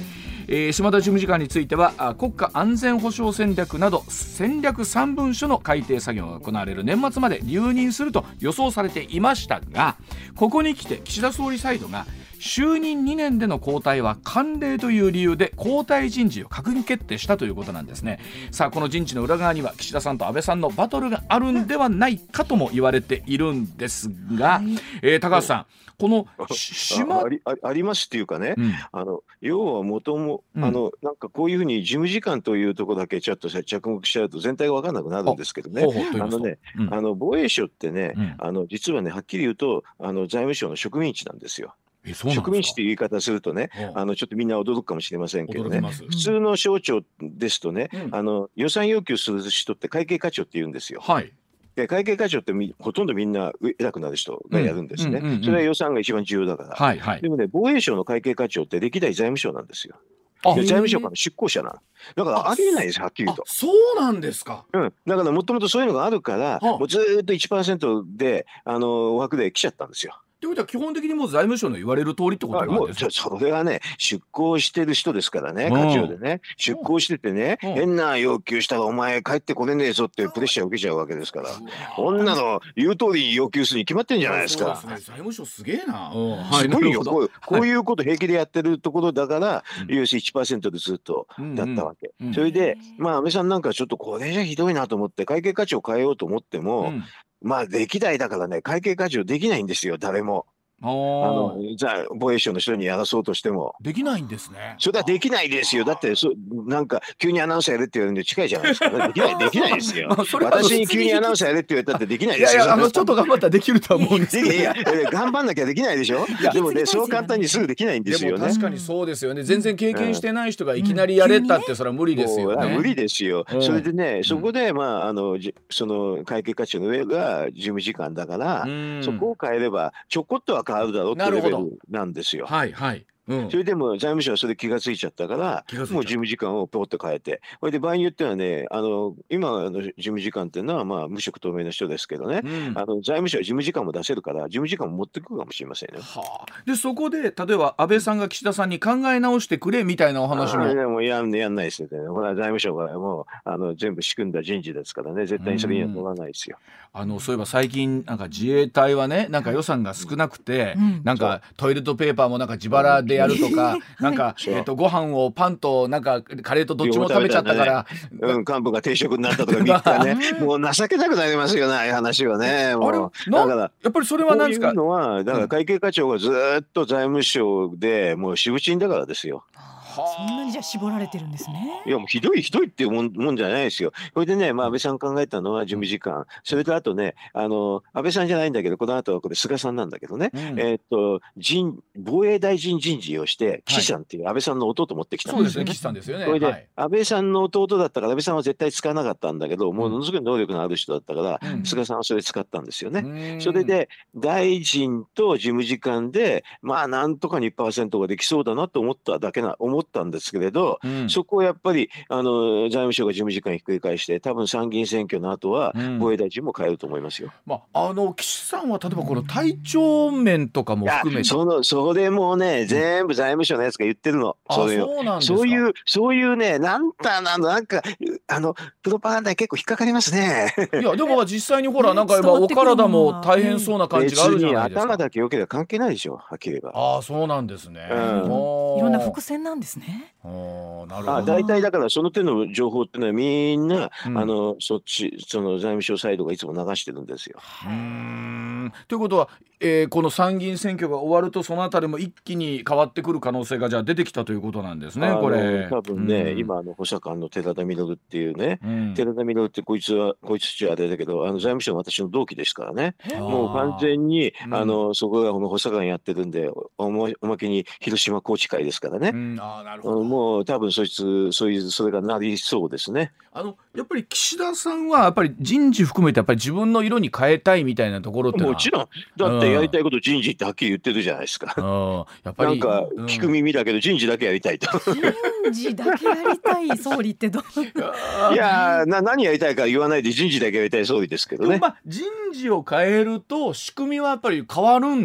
Speaker 1: えー、島田事務次官については国家安全保障戦略など戦略さん文書の改定作業が行われる年末まで留任すると予想されていましたが、ここに来て岸田総理サイドが就任にねんでの交代は慣例という理由で交代人事を閣議決定したということなんですね。さあこの人事の裏側には岸田さんと安倍さんのバトルがあるんではないかとも言われているんですが、はい、えー、高橋さんこの島
Speaker 4: あ, あ, り あ, ありますっていうかね、
Speaker 1: うん、
Speaker 4: あの要はもともあのなんかこういうふうに事務次官というところだけちょっと着目しちゃうと全体が分からなくなるんですけどね。あのね、うん、あの防衛省ってね、うん、あの実はねはっきり言うとあの財務省の植民地なんですよ。
Speaker 1: えそうなんですか。
Speaker 4: 植民地という言い方するとね、あのちょっとみんな驚くかもしれませんけどね、普通の省庁ですとね、うん、あの予算要求する人って会計課長って言うんですよ。
Speaker 1: はい、
Speaker 4: で会計課長ってみほとんどみんな偉くなる人がやるんですね、うんうんうんうん、それは予算が一番重要だから、はいはい、でもね防衛省の会計課長って歴代財務省なんですよ。財務省から出向者なのだからありえないですはっきり言うと。
Speaker 1: そうなんですか、
Speaker 4: うん、だからもともとそういうのがあるからもうずっと いちパーセント であの枠で来ちゃったんですよ。
Speaker 1: ということは基本的にもう財務省の言われる通りってことなんですか。
Speaker 4: もうそれはね出向してる人ですからね、課長でね出向しててね、変な要求したらお前帰ってこれねえぞってプレッシャーを受けちゃうわけですから、こんなの言う通りに要求するに決まってんじゃないですか。
Speaker 1: そうですね、財務省すげえな、
Speaker 4: すごいよ、こう、こういうこと平気でやってるところだから、うん、要するに いちパーセント でずっとだったわけ、うんうん、それでまあ安倍さんなんかちょっとこれじゃひどいなと思って会計課長変えようと思っても、うん、まあ歴代だからね会計課長できないんですよ誰も。あのじゃあ防衛省の人にやらそうとしても
Speaker 1: できないんですね。
Speaker 4: それはできないですよ。だってそなんか急にアナウンサーやれって言われるんで近いじゃないですか。できないできないですよ。まあ、私に急にアナウンサーやれって言われたってできないですよ。
Speaker 1: いやいやあのちょっと頑張ったらできるとは思うんですけど、
Speaker 4: いやいや頑張んなきゃできないでしょ。でもねそう簡単にすぐできないんですよね。
Speaker 1: でも確かにそうですよね。全然経験してない人がいきなりやれたってそれは無理ですよね。
Speaker 4: うん、無理ですよ、うん、それでねそこでまああのその会計課長の上が事務次官だから、うん、そこを変えればちょこっとは変わるだろうってレベルなんですよ。
Speaker 1: はいはい、うん、
Speaker 4: それでも財務省はそれ気がついちゃったからもう事務次官をポッと変えて、これで場合によってはねあの今の事務次官っていうのはまあ無色透明の人ですけどね、うん、あの財務省は事務次官も出せるから事務次官も持ってくるかもしれませんね。
Speaker 1: はあ、でそこで例えば安倍さんが岸田さんに考え直してくれみたいなお話も。
Speaker 4: あでもやんやんないですよね。ほら財務省からもうあの全部仕組んだ人事ですからね絶対にそれには乗らないですよ。
Speaker 1: あのそういえば最近なんか自衛隊はねなんか予算が少なくて、うん、なんかトイレットペーパーもなんか自腹でやるとか、うん、なんか、えー、とご飯をパンとなんかカレーとどっちも食べちゃったから、
Speaker 4: ね、うん、幹部が定食になったとかみっかねもう情けなくなりますよねああいう話はね。もうあれ
Speaker 1: だからやっぱりそれは何ですか。
Speaker 4: こういうのはだから会計課長がずっと財務省でもうしぶちんだからですよ。
Speaker 2: そんなにじゃあ絞られてるんですね。
Speaker 4: いやもうひどいひどいっていうもん、もんじゃないですよ。これでね、まあ、安倍さん考えたのは事務次官、それとあとねあの安倍さんじゃないんだけどこの後はこれ菅さんなんだけどね、うん、えー、っと人防衛大臣人事をして岸さんっていう安倍さんの弟持ってきたんですよね。
Speaker 1: そうですね、岸さんですよね。
Speaker 4: これで、
Speaker 1: はい、
Speaker 4: 安倍さんの弟だったから安倍さんは絶対使わなかったんだけど、うん、もうものすごい能力のある人だったから、うん、菅さんはそれ使ったんですよね。うん、それで大臣と事務次官でまあなんとか にパーセント ができそうだなと思っただけな思ったんですけれど、うん、そこをやっぱりあの財務省が事務次官ひっくり返して多分参議院選挙の後は防衛大臣も変えると思いますよ。
Speaker 1: うん、まあ、あの岸さんは例えばこの体調面とかも含めて
Speaker 4: そのそれもね全部財務省のやつが言ってるの。
Speaker 1: うん、そういうそうなんですか。
Speaker 4: そういうそういうねなんだなんだなんかあのプロパガンダに結構引っかかりますね。
Speaker 1: いやでも実際にほらなんか今お体も大変そうな感じがあるじゃないですか。
Speaker 4: 頭だけ良ければ関係ないでしょはっきり言えば。
Speaker 1: ああそうなんですね。うん、
Speaker 2: いろんな伏線なんですね。
Speaker 1: なるほど。
Speaker 4: あ大体だからその手の情報っていうのはみんな、うん、あのそっちその財務省サイドがいつも流してるんですよ。
Speaker 1: うーんということは、えー、この参議院選挙が終わるとそのあたりも一気に変わってくる可能性がじゃあ出てきたということなんですね。これ
Speaker 4: 多分ね、うん、今あの補佐官の寺田稔っていうね、うん、寺田稔ってこいつはこいつちはあれだけどあの財務省の私の同期ですからね。もう完全にあの、うん、そこがこの補佐官やってるんで お, まおまけに広島高知会ですからね。うん、あなるほど。もう多分そいつそういうそれがなりそうですね。
Speaker 1: あのやっぱり岸田さんはやっぱり人事含めてやっぱり自分の色に変えたいみたいなところってのは
Speaker 4: もちろんだってやりたいこと人事ってはっきり言ってるじゃないですか。うん、やっぱりなんか聞く耳だけど人事だけやりたいと。
Speaker 2: 人事だけやりたい総理ってどう
Speaker 4: いやな何やりたいか言わないで人事だけやりたい総理ですけどね。
Speaker 1: まあ、人事を変えると仕組みはやっぱり変わるん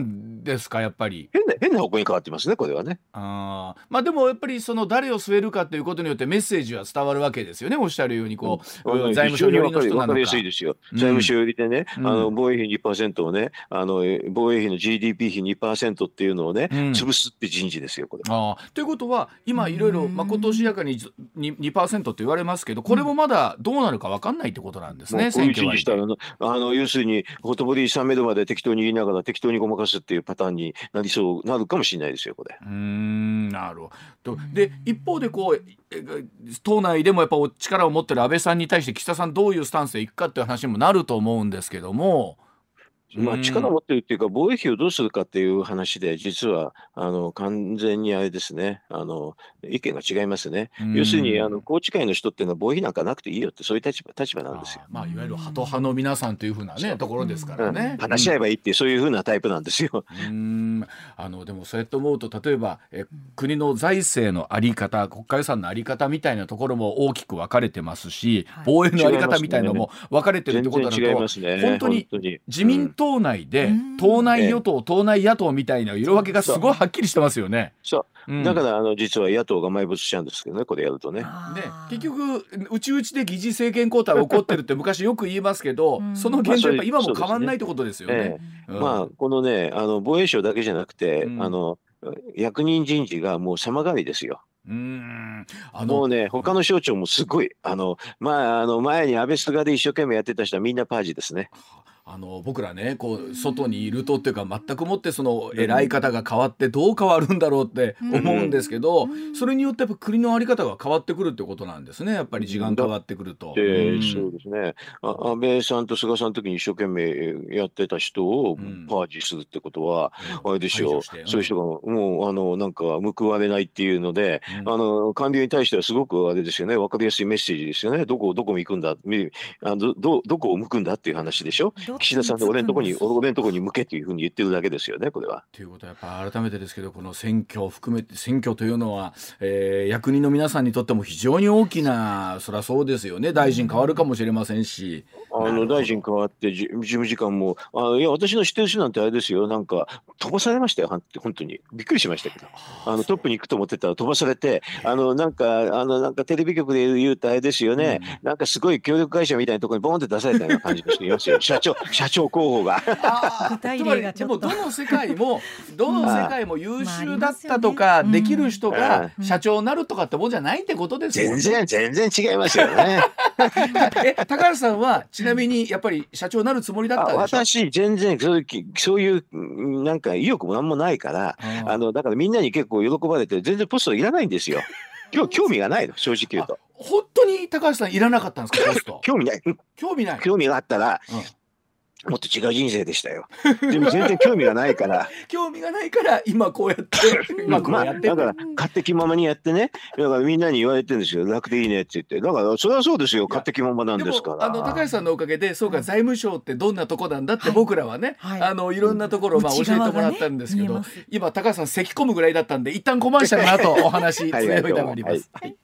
Speaker 1: ですかやっぱり。
Speaker 4: 変な変な方向に変わってますねこれはね。
Speaker 1: あまあでもやっぱりその誰を据えるかということによってメッセージは伝わるわけですよね。おっしゃるようにこう、うん、財務省寄りの人なのか。
Speaker 4: 分かりやすいですよ、うん、財務省寄りでね、うん、あの防衛費 にパーセント をねあの防衛費の ジーディーピー 比 にパーセント っていうのをね、うん、潰すって人事ですよこれ。
Speaker 1: あということは今いろいろまことしやかに に, にパーセント って言われますけどこれもまだどうなるか分かんないってことなんですね、うん、選挙は。したら
Speaker 4: あの要するにほとぼりさんめどまで適当に言いながら適当にごまかすっていうパターンになりそうなるかもしれないですよこれ。
Speaker 1: うーんなるほど。で一方でこう党内でもやっぱ力を持ってる安倍さんに対して岸田さんどういうスタンスでいくかっていう話にもなると思うんですけども。
Speaker 4: まあ、力を持ってるっていうか防衛費をどうするかっていう話で実はあの完全にあれですねあの意見が違いますね。要するにあの宏池会の人っていうのは防衛費なんかなくていいよってそういう立場、立場なんですよ。
Speaker 1: あ、まあ、いわゆるハト派の皆さんというふうな、ね、ところですからね、
Speaker 4: うん、話し合えばいいっていうそういうふうなタイプなんですよ。
Speaker 1: うーんあのでもそうやって思うと例えばえ国の財政の在り方国家予算の在り方みたいなところも大きく分かれてますし、はい、防衛の在り方みたいなのも分かれてるってことだと、ね、本当に自民党内で、うん党内与党、党内野党みたいな色分けがすごいはっきりしてますよね。
Speaker 4: そう、うん、だからあの実は野党が埋没しちゃうんですけどねこれやるとね。
Speaker 1: で結局うちうちで疑似政権交代起こってるって昔よく言いますけど、うん、その現状やっぱ今も変わんないってことですよね。
Speaker 4: まあこのねあの防衛省だけじゃなくて、うん、あの役人人事がもう様変わりですよ。
Speaker 1: うーん
Speaker 4: あのもうね他の省庁もすごいあの、まあ、あの前に安倍菅で一生懸命やってた人はみんなパージですね。
Speaker 1: あの僕らねこう外にいるとっていうか全くもってその偉い方が変わってどう変わるんだろうって思うんですけど、うん、それによってやっぱ国の在り方が変わってくるってことなんですね。やっぱり時間変わってくると。
Speaker 4: で、うん、そうですねあ安倍さんと菅さんの時に一生懸命やってた人をパージするってことは、うん、あれでしょう、うん、そういう人がもうあのなんか報われないっていうので、うん、あの官僚に対してはすごくあれですよね分かりやすいメッセージですよね。どこどこに行くんだあどどどこを向くんだっていう話でしょ。岸田さんで俺のとこに俺のとこに向けっていうふうに言ってるだけですよねこれは。
Speaker 1: ということはやっぱ改めてですけどこの選挙を含めて選挙というのは、えー、役人の皆さんにとっても非常に大きなそりゃそうですよね。大臣変わるかもしれませんし
Speaker 4: あの大臣変わって事務次官もあいや私の知ってる人なんてあれですよなんか飛ばされましたよ本当にびっくりしましたけどあのトップに行くと思ってたら飛ばされてあのなんかあのなんかテレビ局で言うとあれですよね、うん、なんかすごい協力会社みたいなところにボンって出されたような感じの人いますよ社長社長候補が
Speaker 2: 具体例がちょっと
Speaker 1: でもどの世界もどの世界も優秀だったとかできる人が社長になるとかってもんじゃないってことですよね。
Speaker 4: 全然全然違いますよね
Speaker 1: え高橋さんはちなみにやっぱり社長になるつもりだったんでしょ。
Speaker 4: 私全然そういうそういうなんか意欲もなんもないからあのだからみんなに結構喜ばれて全然ポストいらないんですよ。今日興味がないの正直言うと。
Speaker 1: 本当に高橋さんいらなかったんですかポスト
Speaker 4: 興味ない
Speaker 1: 興味ない
Speaker 4: 興味があったら、うんもっと違う人生でしたよ。でも全然興味がないから
Speaker 1: 興味がないから今こうやって今こうやって、
Speaker 4: まあ、だから勝手気ままにやってねだからみんなに言われてるんですよ楽でいいねって言ってだからそれはそうですよ勝手気ままなんですから。
Speaker 1: でもあの高橋さんのおかげでそうか財務省ってどんなとこなんだって僕らはね、はいはい、あのいろんなところをまあ教えてもらったんですけど、ね、今高橋さん咳込むぐらいだったんで一旦コマーシャルの後お話詰めてまいります。はい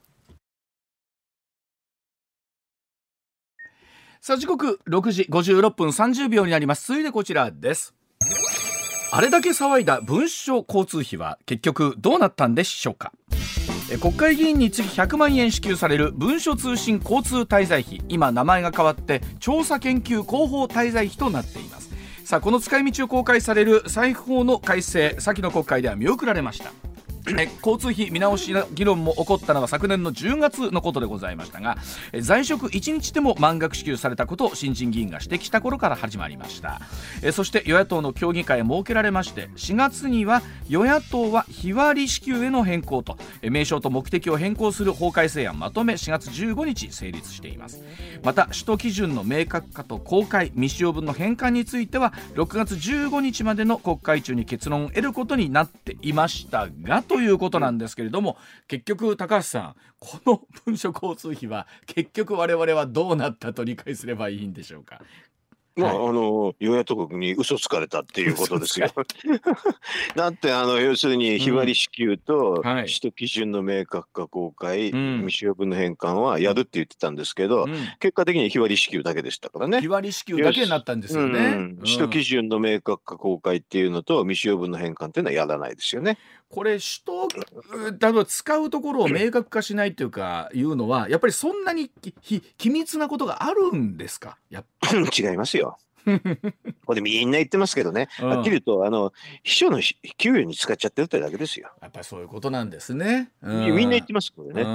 Speaker 1: さあ時刻ろくじごじゅうろっぷんさんじゅうびょうになります。続いてこちらです。あれだけ騒いだ文書交通費は結局どうなったんでしょうか。国会議員につきひゃくまんえん支給される文書通信交通滞在費今名前が変わって調査研究広報滞在費となっています。さあこの使い道を公開される歳費法の改正先の国会では見送られました。え交通費見直しの議論も起こったのは昨年のじゅうがつのことでございましたがえ在職いちにちでも満額支給されたことを新人議員が指摘した頃から始まりました。えそして与野党の協議会設けられましてしがつには与野党は日割り支給への変更とえ名称と目的を変更する法改正案まとめしがつじゅうごにち成立しています。また使途基準の明確化と公開未使用分の返還についてはろくがつじゅうごにちまでの国会中に結論を得ることになっていましたがということなんですけれども結局高橋さんこの文書交通費は結局我々はどうなったと理解すればいいんでしょうか。
Speaker 4: まあ、はい、あの与野党国に嘘つかれたっていうことですよ。だってあの要するに日割り支給と使途基準の明確化公開、うん、未使用分の返還はやるって言ってたんですけど、うん、結果的に日割り支給だけでしたからね。
Speaker 1: 日割り支給だけになったんですよね。うん、
Speaker 4: 使途基準の明確化公開っていうのと未使用分の返還っていうのはやらないですよね。
Speaker 1: これ使途例えば使うところを明確化しないというかいうのはやっぱりそんなに機密なことがあるんですか？やっぱ
Speaker 4: 違いますよ。これみんな言ってますけどね、うん、はっきり言うとあの秘書の給与に使っちゃってるってだけですよ。
Speaker 1: やっぱりそういうことなんですね。
Speaker 4: うん、みんな言ってますけどね。うん、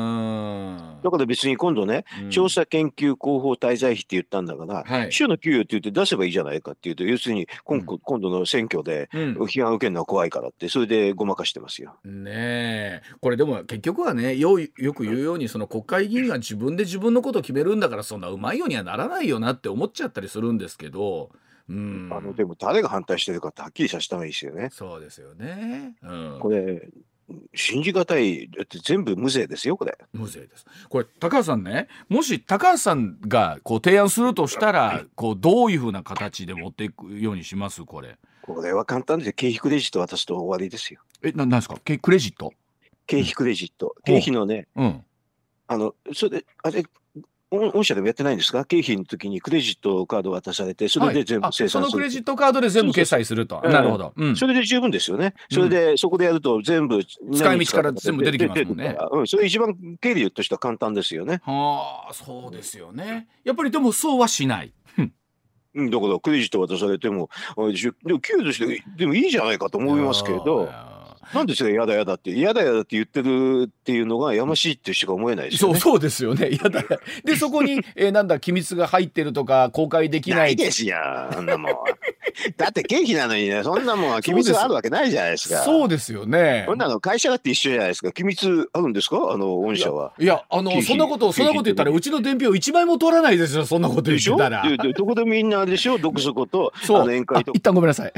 Speaker 4: だから別に今度ね、うん、調査研究広報滞在費って言ったんだから、はい、秘書の給与って言って出せばいいじゃないかっていうと、要するに 今,、うん、今度の選挙で批判を受けるのは怖いからって、それでごまかしてますよ。
Speaker 1: ねえ、これでも結局はね、よ, よく言うようにその国会議員が自分で自分のことを決めるんだから、そんなうまいようにはならないよなって思っちゃったりするんですけど、うん、
Speaker 4: あのでも誰が反対してるかってはっきりさせた方がいいですよね。
Speaker 1: そうですよね、うん、
Speaker 4: これ信じがたい。だって全部無税ですよ。これ
Speaker 1: 無税です。これ高橋さんね、もし高橋さんがこう提案するとしたらこうどういうふうな形で持っていくようにします？これ
Speaker 4: これは簡単で経費クレジット渡すと終わりですよ。
Speaker 1: え、な、なんですか？経費クレジット？
Speaker 4: 経費クレジット、うん、経費のね、うん、あのそれであれ御社でもやってないんですか？経費の時にクレジットカード渡されて、それで全部生産する、はい、そ
Speaker 1: のクレジットカードで全部決済すると。なるほど、うん、
Speaker 4: それで十分ですよね。それで、うん、そこでやると全部
Speaker 1: 使い道から全部出てきますもんね。
Speaker 4: うん、それ一番経理としては簡単ですよね。
Speaker 1: はあ、そうですよね。やっぱりでもそうはしない。
Speaker 4: うん、だからクレジット渡されてもあれでも給与としてでもいいじゃないかと思いますけど、なんでそれやだやだってやだやだって言ってるっていうのがやましいってしか思えないですよね。
Speaker 1: そうそうですよね。やだやでそこに、えー、なんだ機密が入ってるとか公開できない
Speaker 4: ないですよ、あんなもんだって経費なのにね、そんなもんは機密があるわけないじゃないですか。
Speaker 1: そうですよね。
Speaker 4: こんなの会社だって一緒じゃないですか。機密あるんですか？あの御社は。
Speaker 1: いや、あのそんなことそんなこと言ったらうちの伝票一枚も取らないですよ。そんなこと言ってたら。
Speaker 4: でしょ？どこでみんなあれでしょ。どこそこと
Speaker 1: あの宴会と。一旦ごめんなさい。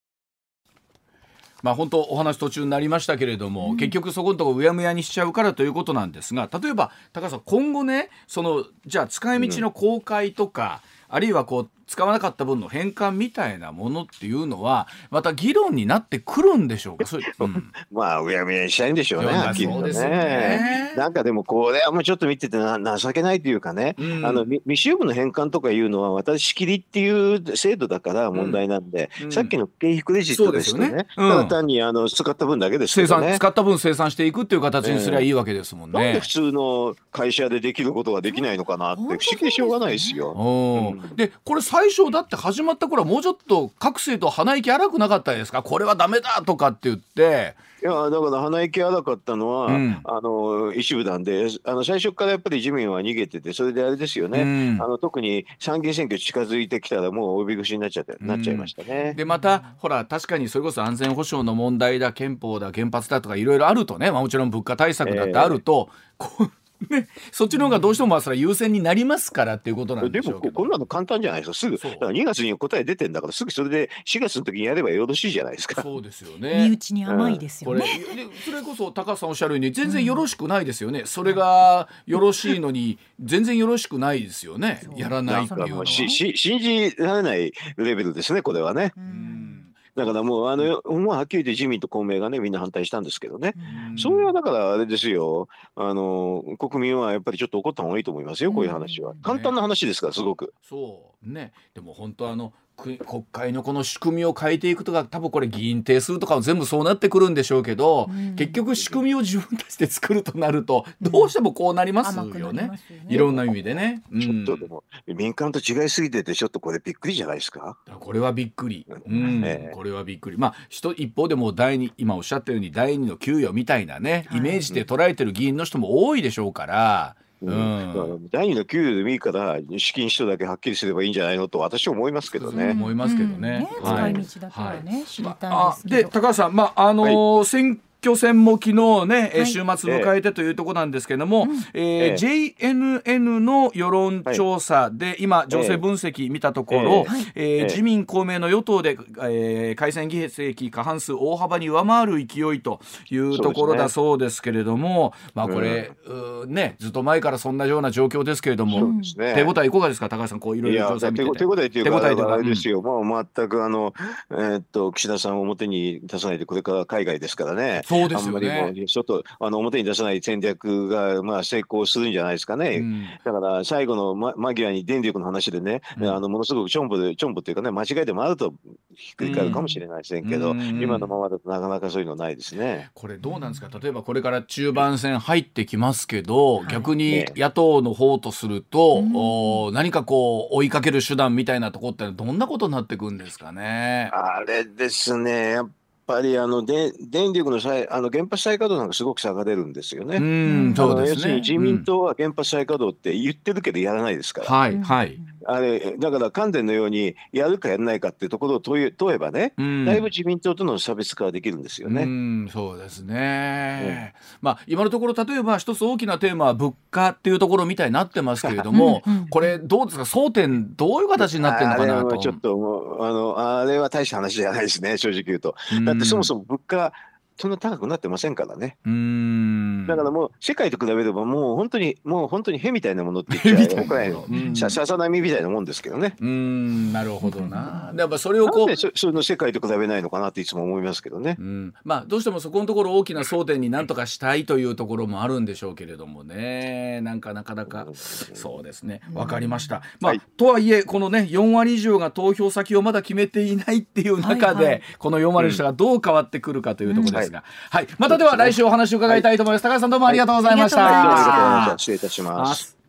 Speaker 1: まあ、本当お話途中になりましたけれども、うん、結局そこのところうやむやにしちゃうからということなんですが、例えば高橋さん今後ね、そのじゃあ使い道の公開とか、うん、あるいはこう使わなかった分の返還みたいなものっていうのはまた議論になってくるんでしょうか？それ、うん、
Speaker 4: まあうやむやにしたいんでしょうね。はっきりとね。なんかでもこれあんまちょっと見ててな情けないというかね、うん、あの未使用分の返還とかいうのは私仕切りっていう制度だから問題なんで、うん、さっきの経費クレジットですとね、ね、うん、ただ単にあの使った分だけですけどね、
Speaker 1: 生産使った分生産していくっていう形にすりゃいいわけですもんね。
Speaker 4: なんで普通の会社でできることができないのかなって不思議でしょうがないですよ。
Speaker 1: うん、でこれ最初だって始まった頃はもうちょっと各政党鼻息荒くなかったですか？これはダメだとかって言って。
Speaker 4: いやだから鼻息荒かったのは、うん、あの一部なんで、あの最初からやっぱり自民は逃げてて、それであれですよね、うん、あの特に参議院選挙近づいてきたらもう帯串になっちゃって、うん、なっちゃいましたね。
Speaker 1: でまたほら確かにそれこそ安全保障の問題だ、憲法だ、原発だとかいろいろあるとね、まあ、もちろん物価対策だってあると、えー、こうね、そっちの方がどうしてもまあそれは優先になりますからっていうことなんでしょうけど、
Speaker 4: でもこんなの簡単じゃないですか。すぐだからにがつに答え出てんだから、すぐそれでしがつの時にやればよろしいじゃないですか。
Speaker 1: そうですよね。
Speaker 2: 身内に甘いですよね、
Speaker 1: うん、これでそれこそ高橋さんおっしゃるように全然よろしくないですよね、うん、それがよろしいのに全然よろしくないですよね、やらないっていうのは。
Speaker 4: しし信じられないレベルですね、これはね。うん、だからもうあの、うん、はっきり言って自民と公明がねみんな反対したんですけどね、うん、それはだからあれですよ、あの国民はやっぱりちょっと怒った方がいいと思いますよ、こういう話は。簡単な話ですから、すごく。
Speaker 1: そうね。でも本当あの国会のこの仕組みを変えていくとか、多分これ議員定数とかも全部そうなってくるんでしょうけど、うん、結局仕組みを自分たちで作るとなるとどうしてもこうなりますよね、うん、ね、いろんな意味でね、
Speaker 4: うん、ちょっとでも民間と違いすぎててちょっとこれびっくりじゃないですか。
Speaker 1: これはびっくり、うんえー、これはびっくり。まあ一方でも第二、今おっしゃったように第二の給与みたいなねイメージで捉えてる議員の人も多いでしょうから、
Speaker 4: うんうん、第二の給与でもいいから資金使途だけはっきりすればいいんじゃないのと私は思いますけどね。
Speaker 1: 思いますけどね、
Speaker 2: うん、ね、使い道だけはね、はい、知りたいんですけど、
Speaker 1: まあ、で高橋さん、まああのーはい、選挙戦も昨日ね、
Speaker 2: はい、
Speaker 1: 週末迎えてというところなんですけども、えーえー、ジェイエヌエヌ の世論調査で、はい、今情勢分析見たところ、えーえー、自民公明の与党で、えー、改選議席過半数大幅に上回る勢いというところだそうですけれども、ね、まあこれ、うん、ね、ずっと前からそんなような状況ですけれども、
Speaker 4: そうですね、
Speaker 1: 手応えいかがですか、高橋さん、こういろいろ調査見てて。
Speaker 4: 手応えというか、
Speaker 1: 手応えというか、
Speaker 4: あれですよ、もう全くあの、えー、っと岸田さんを表に出さないで、これから海外ですからね、
Speaker 1: そうですよね、
Speaker 4: あんまりもうちょっとあの表に出さない戦略が、まあ、成功するんじゃないですかね、うん、だから最後の、ま、間際に電力の話でね、うん、あのものすごくチョンボでチョンボっていうかね、間違いでもあるとひっくり返るかもしれませんけど、うん、今のままだとなかなかそういうのないですね。
Speaker 1: これどうなんですか、例えばこれから中盤戦入ってきますけど、はい、逆に野党の方とすると、ね、お何かこう追いかける手段みたいなところってどんなことになってくるんですかね。
Speaker 4: あれですね、やっぱりあので電力の再あの原発再稼働なんかすごく差が出るんですよね。
Speaker 1: うんそうですね、
Speaker 4: 要するに自民党は原発再稼働って言ってるけどやらないですから、
Speaker 1: うん、はいはい、
Speaker 4: あれだから関電のようにやるかやらないかっていうところを問え、問えばね、うん、だいぶ自民党との差別化はできるんですよね。
Speaker 1: うん、そうですね、うん、まあ、今のところ例えば一つ大きなテーマは物価っていうところみたいになってますけれどもこれどうですか、争点どういう形になってるのかなと。
Speaker 4: あれはちょっともうあのあれは大した話じゃないですね、正直言うと。だってそもそも物価そんな高くなってませんからね。うーんだからもう世界と比べればもう本当にもう本当にへみたいなものって言っちゃうくらいのささ波みたいなもんですけどね。
Speaker 1: うーんなるほどな。やっぱそれをこう
Speaker 4: なんで そ, その世界と比べないのかなっていつも思いますけどね。
Speaker 1: うん、まあどうしてもそこのところ大きな争点になんとかしたいというところもあるんでしょうけれどもね、なんかなかなかそうですね、わかりました。まあ、はい、とはいえこのねよん割以上が投票先をまだ決めていないっていう中で、はいはい、このよん割の人がどう変わってくるかというところですが、うんはいはい、またでは来週お話を伺いたいと思います。高橋さんどうもありがとうございました。
Speaker 4: はい、失礼いたします。